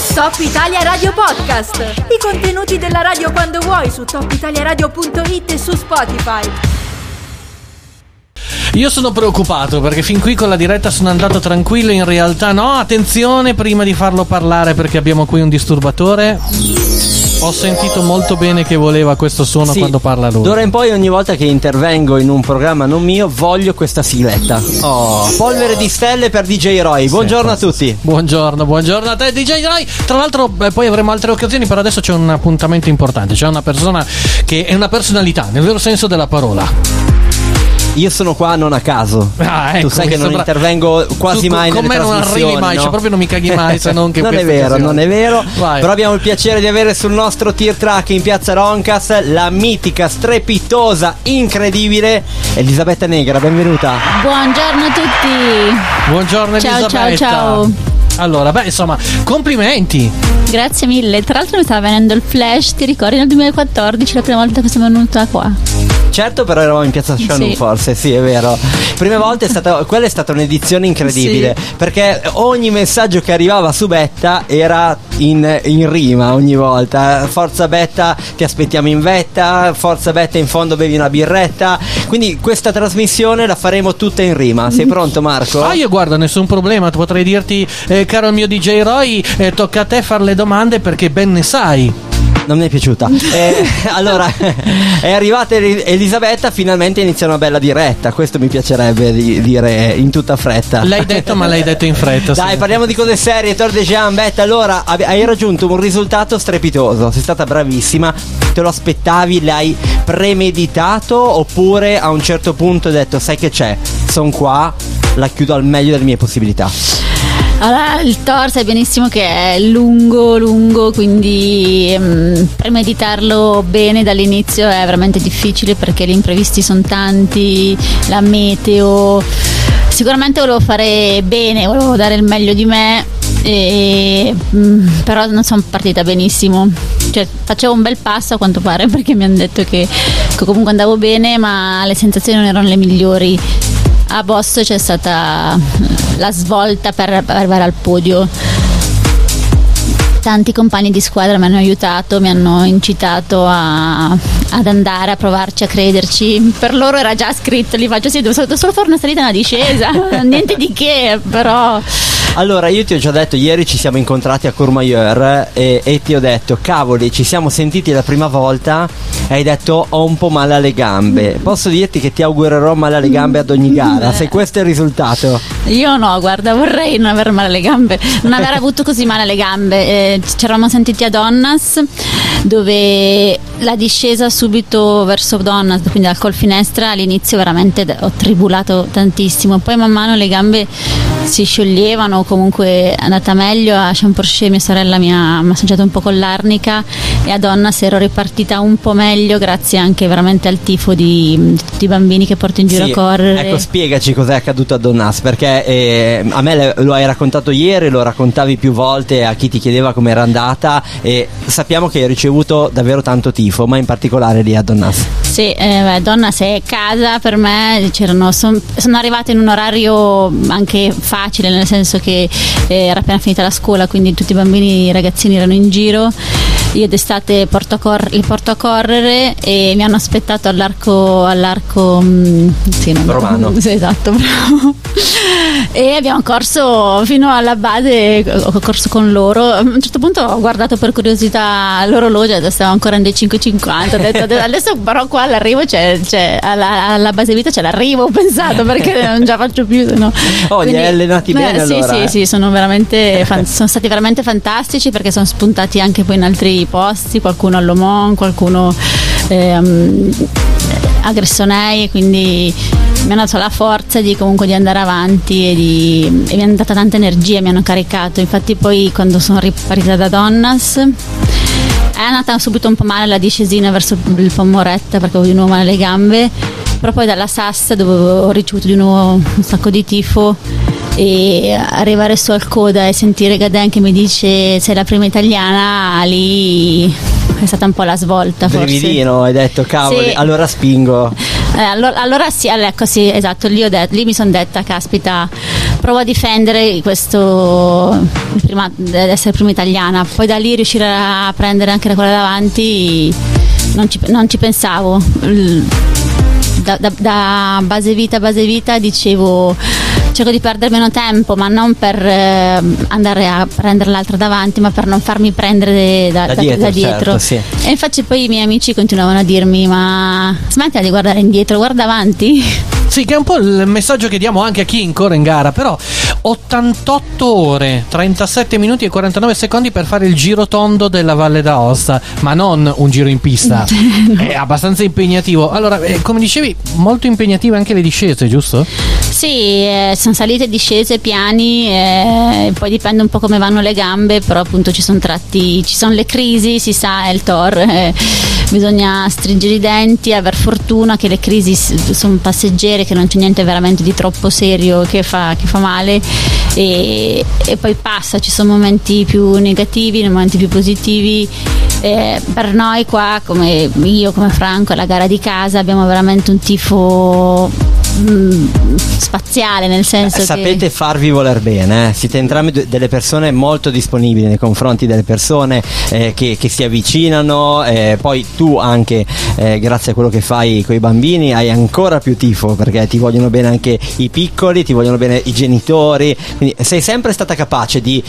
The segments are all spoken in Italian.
Top Italia Radio Podcast. I contenuti della radio quando vuoi su topitaliaradio.it e su Spotify. Io sono preoccupato perché fin qui con la diretta sono andato tranquillo, in realtà no. Attenzione prima di farlo parlare perché abbiamo qui un disturbatore. Ho sentito molto bene che voleva questo suono quando parla lui. D'ora in poi ogni volta che intervengo in un programma non mio voglio questa sigletta. Polvere di stelle per DJ Roy. Buongiorno a tutti. Buongiorno a te DJ Roy. Tra l'altro poi avremo altre occasioni, però adesso c'è un appuntamento importante. C'è una persona che è una personalità nel vero senso della parola. Io sono qua non a caso. Ecco, tu sai che non intervengo quasi mai nelle trasmissioni. Con me non arrivi mai, no? Cioè proprio non mi caghi mai, se non che non è vero. Vai. Però abbiamo il piacere di avere sul nostro tier track in Piazza Roncas la mitica, strepitosa, incredibile Elisabetta Negra. Benvenuta. Buongiorno a tutti. Buongiorno Elisabetta. Ciao. Allora, insomma, complimenti. Grazie mille. Tra l'altro mi stava venendo il flash, ti ricordi nel 2014, la prima volta che sono venuta qua? Certo, però eravamo in Piazza Scianu, forse, sì, è vero. Prime volte quella è stata un'edizione incredibile, perché ogni messaggio che arrivava su Betta era in rima ogni volta. Forza Betta, ti aspettiamo in vetta, forza Betta, in fondo bevi una birretta. Quindi questa trasmissione la faremo tutta in rima. Sei pronto, Marco? Io guarda, nessun problema. Potrei dirti, caro mio DJ Roy, tocca a te fare le domande perché ben ne sai. Non mi è piaciuta. Allora, è arrivata Elisabetta, finalmente inizia una bella diretta. Questo mi piacerebbe dire in tutta fretta. L'hai detto, ma l'hai detto in fretta. Dai, parliamo di cose serie. Tor de Jean, Betta, allora hai raggiunto un risultato strepitoso. Sei stata bravissima. Te lo aspettavi? L'hai premeditato? Oppure a un certo punto hai detto, sai che c'è? Sono qua, la chiudo al meglio delle mie possibilità. Allora, il tour sai benissimo che è lungo, quindi premeditarlo bene dall'inizio è veramente difficile perché gli imprevisti sono tanti, la meteo. Sicuramente volevo fare bene, volevo dare il meglio di me, però non sono partita benissimo. Cioè, facevo un bel passo a quanto pare perché mi hanno detto che comunque andavo bene, ma le sensazioni non erano le migliori. A Bosso c'è stata la svolta per arrivare al podio. Tanti compagni di squadra mi hanno aiutato, mi hanno incitato ad andare a provarci, a crederci. Per loro era già scritto, li faccio sì, devo solo fare una salita e una discesa, niente di che, però. Allora, io ti ho già detto, ieri ci siamo incontrati a Courmayeur e ti ho detto, cavoli, ci siamo sentiti la prima volta e hai detto ho un po' male alle gambe. Posso dirti che ti augurerò male alle gambe ad ogni gara, se questo è il risultato? Io no, guarda, vorrei non aver male alle gambe, non aver avuto così male alle gambe. Ci eravamo sentiti a Donnas, dove la discesa subito verso Donnas, quindi dal Col Finestra, all'inizio veramente ho tribulato tantissimo, poi man mano le gambe si scioglievano, comunque è andata meglio. A Champorcher mia sorella mi ha massaggiato un po' con l'arnica e a Donnas ero ripartita un po' meglio grazie anche veramente al tifo di tutti i bambini che porto in giro a correre. Ecco, spiegaci cos'è accaduto a Donnas, perché a me lo hai raccontato ieri, lo raccontavi più volte a chi ti chiedeva come era andata e sappiamo che hai ricevuto davvero tanto tifo, ma in particolare lì a Donnas. Sì, Donnas è casa per me, sono arrivata in un orario anche facile, nel senso che era appena finita la scuola, quindi tutti i bambini, i ragazzini erano in giro. Io d'estate li porto a correre e mi hanno aspettato all'arco romano. Sì, esatto, bravo. E abbiamo corso fino alla base, ho corso con loro. A un certo punto ho guardato per curiosità l'orologio, adesso stavo ancora in dei 5,50, ho detto adesso però qua all'arrivo alla base vita c'è l'arrivo, ho pensato, perché non già faccio più, no. Li hai allenati bene allora? Sì, sono stati veramente fantastici perché sono spuntati anche poi in altri posti, qualcuno a Lomont, qualcuno a Gressonei, quindi mi hanno dato la forza di andare avanti e mi hanno dato tanta energia, mi hanno caricato. Infatti poi quando sono ripartita da Donnas è andata subito un po' male la discesina verso il Pomoretta perché avevo di nuovo male alle gambe, però poi dalla Sassa, dove ho ricevuto di nuovo un sacco di tifo, e arrivare su al coda e sentire Gaden che mi dice sei la prima italiana, lì è stata un po' la svolta, forse. Brividino, hai detto cavoli, sì. Allora spingo. Allora sì, ecco, sì, esatto, lì mi sono detta, caspita, provo a difendere questo essere prima italiana, poi da lì riuscire a prendere anche quella davanti non ci pensavo. Da base vita dicevo, cerco di perdere meno tempo, ma non per andare a prendere l'altra davanti, ma per non farmi prendere da dietro. Certo, sì. E infatti poi i miei amici continuavano a dirmi: ma smettila di guardare indietro, guarda avanti. Sì, che è un po' il messaggio che diamo anche a chi incorre in gara. Però 88 ore, 37 minuti e 49 secondi per fare il giro tondo della Valle d'Aosta, ma non un giro in pista. No. È abbastanza impegnativo. Allora, come dicevi, molto impegnative anche le discese, giusto? Sì, sono salite, discese, piani, poi dipende un po' come vanno le gambe, però appunto ci sono tratti, ci sono le crisi, si sa, è il Tor, bisogna stringere i denti, aver fortuna che le crisi sono passeggere, che non c'è niente veramente di troppo serio che fa male, e poi passa, ci sono momenti più negativi, momenti più positivi. Per noi qua, come io, come Franco, la gara di casa, abbiamo veramente un tifo spaziale, nel senso sapete farvi voler bene, siete entrambi delle persone molto disponibili nei confronti delle persone che si avvicinano, poi tu anche grazie a quello che fai con i bambini hai ancora più tifo, perché ti vogliono bene anche i piccoli, ti vogliono bene i genitori, quindi sei sempre stata capace di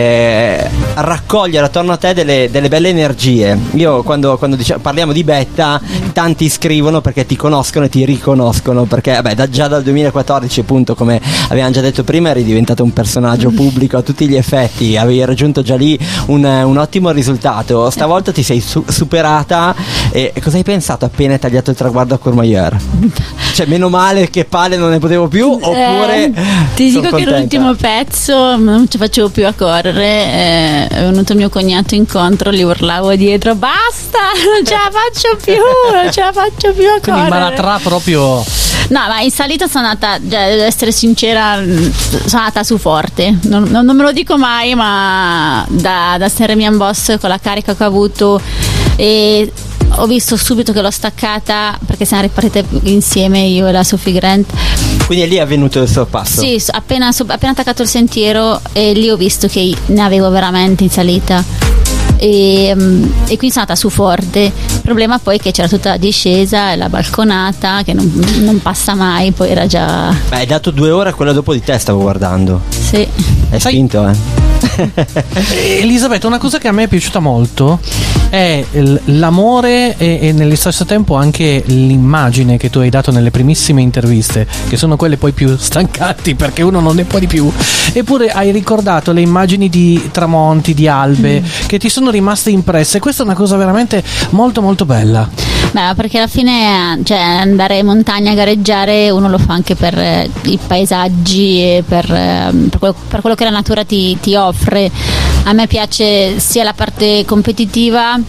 raccogliere attorno a te delle belle energie. Io quando parliamo di Betta, tanti scrivono perché ti conoscono e ti riconoscono, perché già dal 2014, appunto, come abbiamo già detto prima, eri diventato un personaggio pubblico a tutti gli effetti, avevi raggiunto già lì un ottimo risultato. Stavolta ti sei superata, e cosa hai pensato appena hai tagliato il traguardo a Courmayeur? Cioè, meno male che palle non ne potevo più, oppure ti dico contenta. Che l'ultimo pezzo non ci facevo più a correre, è venuto mio cognato incontro, gli urlavo dietro: basta, non ce la faccio più a correre. Quindi Maratrà proprio. No, ma in salita sono andata, devo essere sincera, sono andata su forte, non me lo dico mai, ma da Seremian Boss, con la carica che ho avuto, e ho visto subito che l'ho staccata, perché siamo ripartite insieme io e la Sophie Grant. Quindi lì è avvenuto il sorpasso? Sì, appena attaccato il sentiero, e lì ho visto che ne avevo veramente in salita. E quindi sono andata su forte. Il problema poi è che c'era tutta la discesa e la balconata che non passa mai, poi era già. Hai dato 2 ore a quella dopo di te, stavo guardando. Sì. È spinto, Elisabetta, una cosa che a me è piaciuta molto è l'amore e nello stesso tempo anche l'immagine che tu hai dato nelle primissime interviste, che sono quelle poi più stancanti perché uno non ne può di più, eppure hai ricordato le immagini di tramonti, di albe che ti sono rimaste impresse. Questa è una cosa veramente molto molto bella. Beh, perché alla fine, cioè, andare in montagna a gareggiare uno lo fa anche per i paesaggi e per quello che la natura ti offre. A me piace sia la parte competitiva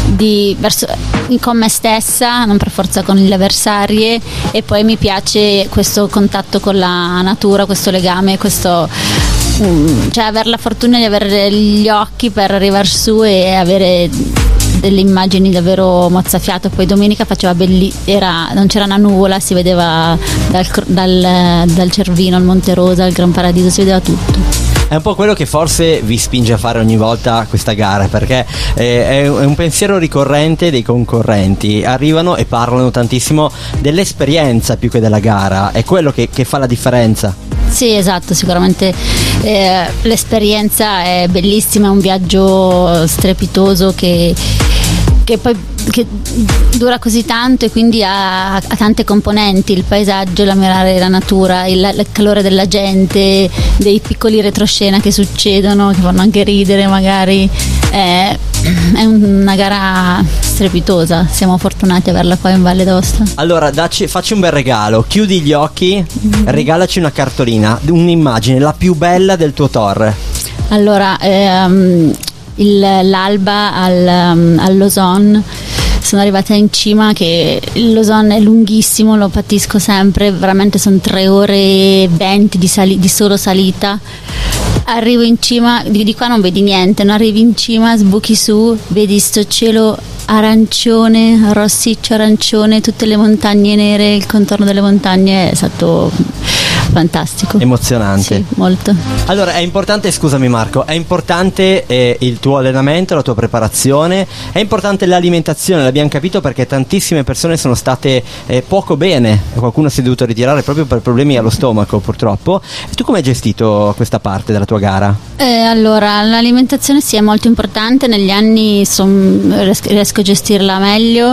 con me stessa, non per forza con le avversarie, e poi mi piace questo contatto con la natura, questo legame, cioè avere la fortuna di avere gli occhi per arrivare su e avere delle immagini davvero mozzafiato. Poi domenica faceva non c'era una nuvola, si vedeva dal Cervino al Monte Rosa al Gran Paradiso, si vedeva tutto. È un po' quello che forse vi spinge a fare ogni volta questa gara, perché è un pensiero ricorrente dei concorrenti. Arrivano e parlano tantissimo dell'esperienza più che della gara, è quello che fa la differenza. Sì, esatto, sicuramente l'esperienza è bellissima, è un viaggio strepitoso che dura così tanto, e quindi ha tante componenti: il paesaggio, l'ammirare la natura, il calore della gente, dei piccoli retroscena che succedono, che fanno anche ridere magari. È una gara strepitosa, siamo fortunati ad averla qua in Valle d'Aosta. Allora facci un bel regalo, chiudi gli occhi, regalaci una cartolina, un'immagine, la più bella del tuo Tor. Allora, l'alba al Lausanne, sono arrivata in cima, che il Lausanne è lunghissimo, lo patisco sempre, veramente sono 3 ore e 20 di solo salita, arrivo in cima, di qua non vedi niente, non arrivi in cima, sbuchi su, vedi sto cielo arancione, rossiccio arancione, tutte le montagne nere, il contorno delle montagne, è stato fantastico, emozionante. Sì, molto. Allora, è importante, scusami Marco, è importante il tuo allenamento, la tua preparazione, è importante l'alimentazione, l'abbiamo capito, perché tantissime persone sono state poco bene, qualcuno si è dovuto ritirare proprio per problemi allo stomaco, purtroppo. Tu come hai gestito questa parte della tua gara? Allora, l'alimentazione sì, è molto importante, negli anni riesco a gestirla meglio,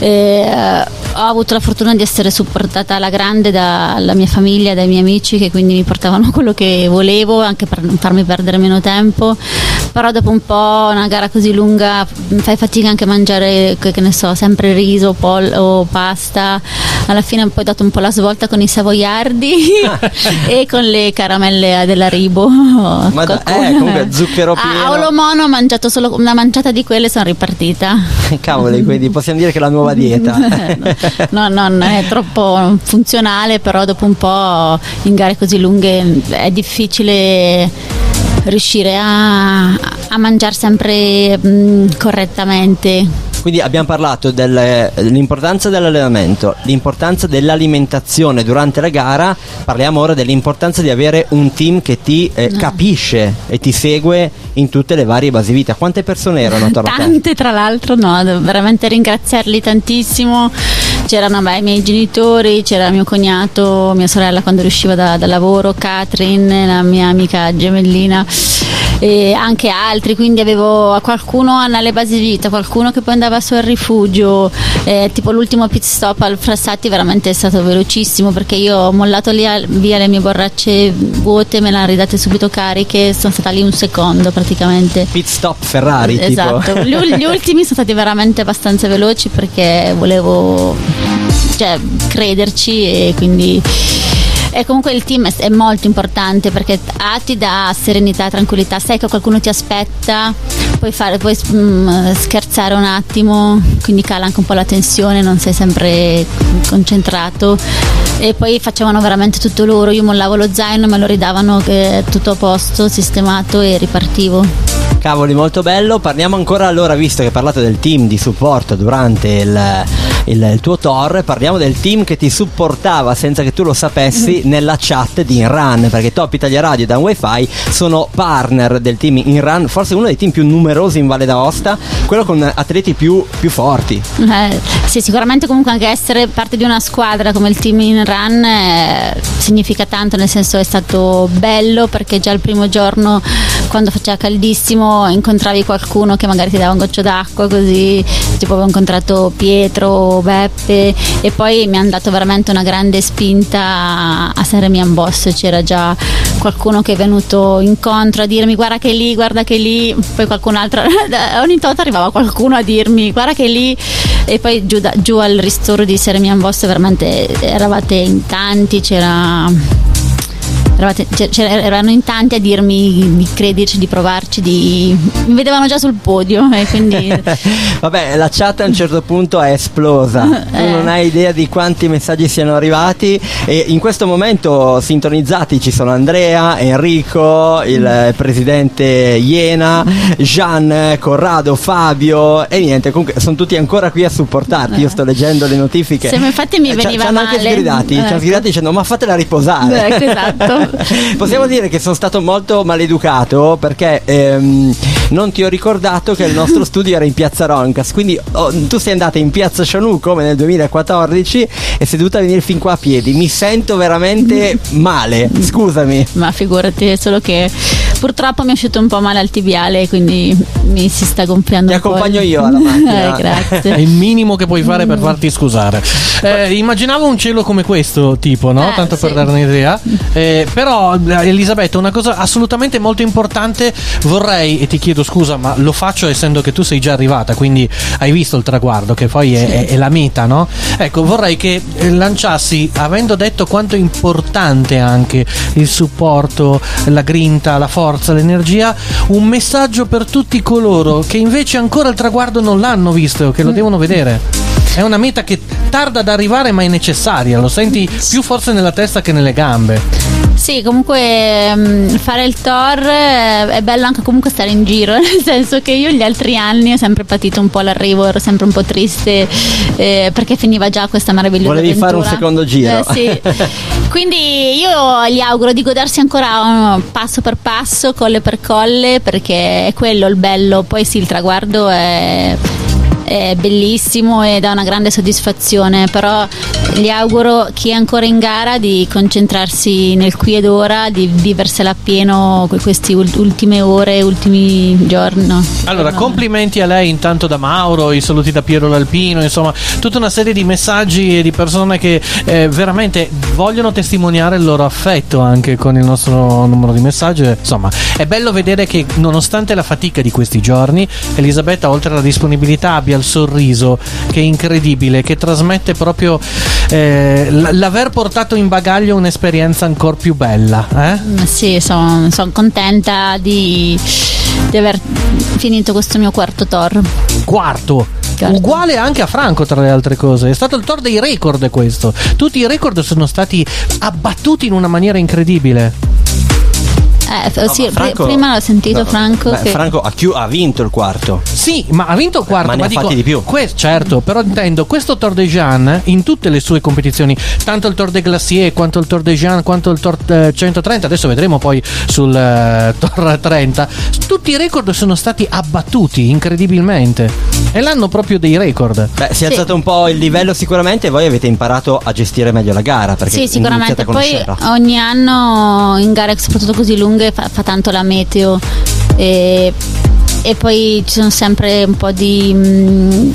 ho avuto la fortuna di essere supportata alla grande dalla mia famiglia, dai miei amici, che quindi mi portavano quello che volevo, anche per non farmi perdere meno tempo. Però dopo un po', una gara così lunga, fai fatica anche a mangiare, che ne so, sempre riso o pasta. Alla fine ho poi dato un po' la svolta con i savoiardi e con le caramelle dell'Haribo. Comunque zucchero pieno. A Olomono ho mangiato solo una manciata di quelle e sono ripartita. Cavoli, quindi possiamo dire che è la nuova dieta. No, non è troppo funzionale, però dopo un po' in gare così lunghe è difficile riuscire a mangiare sempre correttamente. Quindi abbiamo parlato dell'importanza dell'allenamento, l'importanza dell'alimentazione durante la gara, parliamo ora dell'importanza di avere un team che ti capisce e ti segue in tutte le varie basi vita. Quante persone erano attorno a te? Tante, tra l'altro, devo veramente ringraziarli tantissimo. C'erano i miei genitori, c'era mio cognato, mia sorella quando riusciva da lavoro, Catherine, la mia amica gemellina, e anche altri, quindi avevo qualcuno alle basi vita, qualcuno che poi andava su al rifugio, tipo l'ultimo pit stop al Frassati veramente è stato velocissimo, perché io ho mollato via le mie borracce vuote, me le ha ridate subito cariche, sono stata lì un secondo praticamente. Pit stop Ferrari, esatto, tipo. Gli ultimi sono stati veramente abbastanza veloci, perché volevo crederci, e quindi comunque il team è molto importante, perché ti dà serenità, tranquillità, sai che qualcuno ti aspetta, puoi scherzare un attimo, quindi cala anche un po' la tensione, non sei sempre concentrato. E poi facevano veramente tutto loro, io mollavo lo zaino, me lo ridavano che tutto a posto, sistemato, e ripartivo. Cavoli, molto bello. Parliamo ancora, allora, visto che hai parlato del team di supporto durante il tuo tour, parliamo del team che ti supportava senza che tu lo sapessi nella chat di InRun, perché Top Italia Radio e Dan Wi-Fi sono partner del team InRun, forse uno dei team più numerosi in Valle d'Aosta, quello con atleti più forti. Sì, sicuramente. Comunque anche essere parte di una squadra come il team InRun significa tanto, nel senso è stato bello, perché già il primo giorno, quando faceva caldissimo, incontravi qualcuno che magari ti dava un goccio d'acqua, così, tipo avevo incontrato Pietro, Beppe, e poi mi hanno dato veramente una grande spinta a Seremian Boss. C'era già qualcuno che è venuto incontro a dirmi guarda che lì, poi qualcun altro ogni tanto arrivava qualcuno a dirmi guarda che lì, e poi giù al ristoro di Seremian Boss veramente eravate in tanti, erano in tanti a dirmi di crederci, di provarci, mi vedevano già sul podio, e quindi vabbè, la chat a un certo punto è esplosa. Tu non hai idea di quanti messaggi siano arrivati, e in questo momento sintonizzati ci sono Andrea, Enrico, il presidente Iena, Gian, Corrado, Fabio, e niente, comunque sono tutti ancora qui a supportarti. Io sto leggendo le notifiche. Se infatti mi veniva male. Ci hanno anche sgridati dicendo ma fatela riposare. Esatto. Possiamo dire che sono stato molto maleducato, perché non ti ho ricordato che il nostro studio era in piazza Roncas, quindi tu sei andata in piazza Chanù come nel 2014 e sei dovuta venire fin qua a piedi. Mi sento veramente male, scusami. Ma figurati, è solo che purtroppo mi è uscito un po' male al tibiale, quindi mi si sta gonfiando un po'. Ti accompagno io alla macchina. Grazie. È il minimo che puoi fare per farti scusare. Immaginavo un cielo come questo, tipo, no? Tanto per dare un'idea. Però Elisabetta, una cosa assolutamente molto importante, vorrei, e ti chiedo scusa, ma lo faccio essendo che tu sei già arrivata, quindi hai visto il traguardo, che poi è la meta, no? Ecco, vorrei che lanciassi, avendo detto quanto è importante anche il supporto, la grinta, la forza, l'energia, un messaggio per tutti coloro che invece ancora il traguardo non l'hanno visto, che lo devono vedere. È una meta che tarda ad arrivare ma è necessaria, lo senti più forse nella testa che nelle gambe. Sì, comunque fare il tour è bello anche comunque stare in giro, nel senso che io gli altri anni ho sempre patito un po' l'arrivo, ero sempre un po' triste perché finiva già questa meravigliosa Volevi avventura. fare un secondo giro. Sì. Quindi io gli auguro di godersi ancora passo per passo, colle per colle, perché è quello il bello. Poi sì, il traguardo è bellissimo e dà una grande soddisfazione, però gli auguro chi è ancora in gara di concentrarsi nel qui ed ora, di viversela appieno queste ultime ore, ultimi giorni. No. Allora, complimenti a lei intanto da Mauro, i saluti da Piero L'Alpino, insomma tutta una serie di messaggi e di persone che veramente vogliono testimoniare il loro affetto anche con il nostro numero di messaggi. Insomma, è bello vedere che nonostante la fatica di questi giorni, Elisabetta, oltre alla disponibilità, abbia il sorriso che è incredibile, che trasmette proprio l'aver portato in bagaglio un'esperienza ancora più bella. Sì, sono contenta di aver finito questo mio quarto tour. Quarto. Uguale anche a Franco, tra le altre cose. È stato il tour dei record questo. Tutti i record sono stati abbattuti in una maniera incredibile. Sì, Franco, prima l'ho sentito Franco. Che... Franco ha vinto il quarto. Sì, ma ha vinto il quarto. Ma ne ha fatti di più. Certo, però intendo questo Tour de Jeanne in tutte le sue competizioni, tanto il Tour de Glacier quanto il Tour de Jeanne quanto il Tour 130. Adesso vedremo poi sul Tour 30. Tutti i record sono stati abbattuti incredibilmente. È l'anno proprio dei record. Si è alzato un po' il livello sicuramente, e voi avete imparato a gestire meglio la gara. Perché sì, sicuramente. Poi ogni anno in gare soprattutto così lunghe fa tanto la meteo e poi ci sono sempre un po' di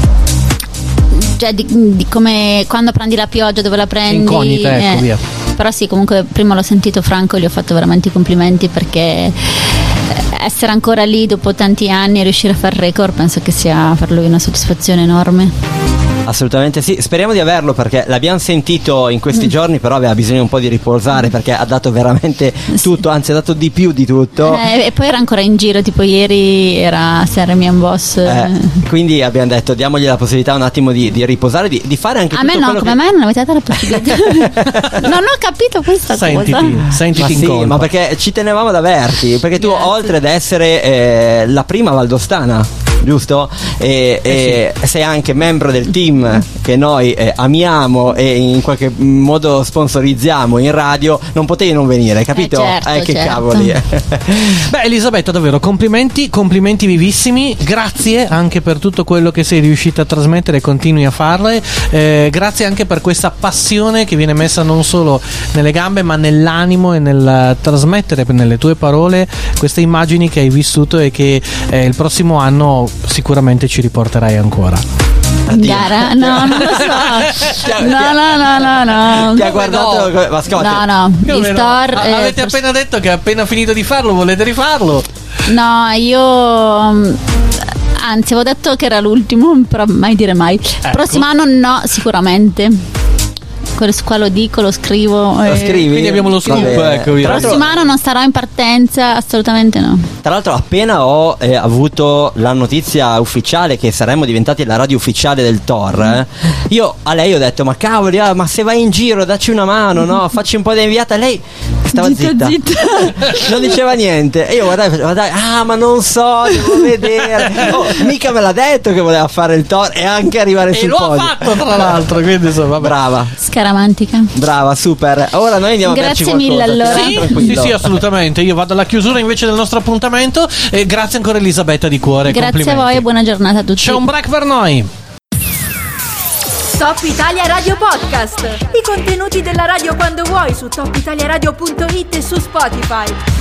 come quando prendi la pioggia, dove la prendi, incognita, ecco, via. Però sì, comunque prima l'ho sentito Franco e gli ho fatto veramente i complimenti, perché essere ancora lì dopo tanti anni e riuscire a fare il record penso che sia per lui una soddisfazione enorme. Assolutamente sì, speriamo di averlo, perché l'abbiamo sentito in questi giorni, però aveva bisogno un po' di riposare, perché ha dato veramente tutto, anzi ha dato di più di tutto. E poi era ancora in giro, tipo ieri era Seremian Boss. Quindi abbiamo detto diamogli la possibilità un attimo di riposare, di fare anche a tutto me no, quello come che... me non avete dato la possibilità. Non ho capito questa cosa. Sentiti in colpa. Ma perché ci tenevamo ad averti, perché tu oltre ad essere la prima valdostana, giusto? E sei anche membro del team che noi amiamo e in qualche modo sponsorizziamo in radio, non potevi non venire, capito? Certo. Cavoli. Beh, Elisabetta, davvero complimenti vivissimi, grazie anche per tutto quello che sei riuscita a trasmettere e continui a farle, grazie anche per questa passione che viene messa non solo nelle gambe ma nell'animo e nel trasmettere nelle tue parole queste immagini che hai vissuto e che il prossimo anno sicuramente ci riporterai ancora. In gara? No, non lo so. No. Ti ha guardato mascotte? No. Il tour, avete appena detto che è appena finito di farlo, volete rifarlo? No, io anzi avevo detto che era l'ultimo, però mai dire mai. Ecco. Prossimo anno no, sicuramente. Qua lo dico, lo scrivo. Lo scrivi? Quindi abbiamo lo scoop, ecco. Il prossimo anno non starò in partenza, assolutamente no. Tra l'altro appena ho avuto la notizia ufficiale che saremmo diventati la radio ufficiale del Tour, io a lei ho detto ma cavoli, ma se vai in giro dacci una mano, no? Facci un po' di inviata. Lei stava zitta. Non diceva niente e io guardai, ma non so, devo vedere. Mica me l'ha detto che voleva fare il Tour e anche arrivare sul podio. E lo ha fatto, tra l'altro, quindi insomma, brava. Scaramantica. Brava, super. Ora noi andiamo a berci qualcosa. Grazie mille, allora. Sì, assolutamente. Io vado alla chiusura invece del nostro appuntamento e grazie ancora Elisabetta di cuore. Grazie a voi e buona giornata a tutti. C'è un break per noi. Top Italia Radio Podcast. I contenuti della radio quando vuoi su topitaliaradio.it e su Spotify.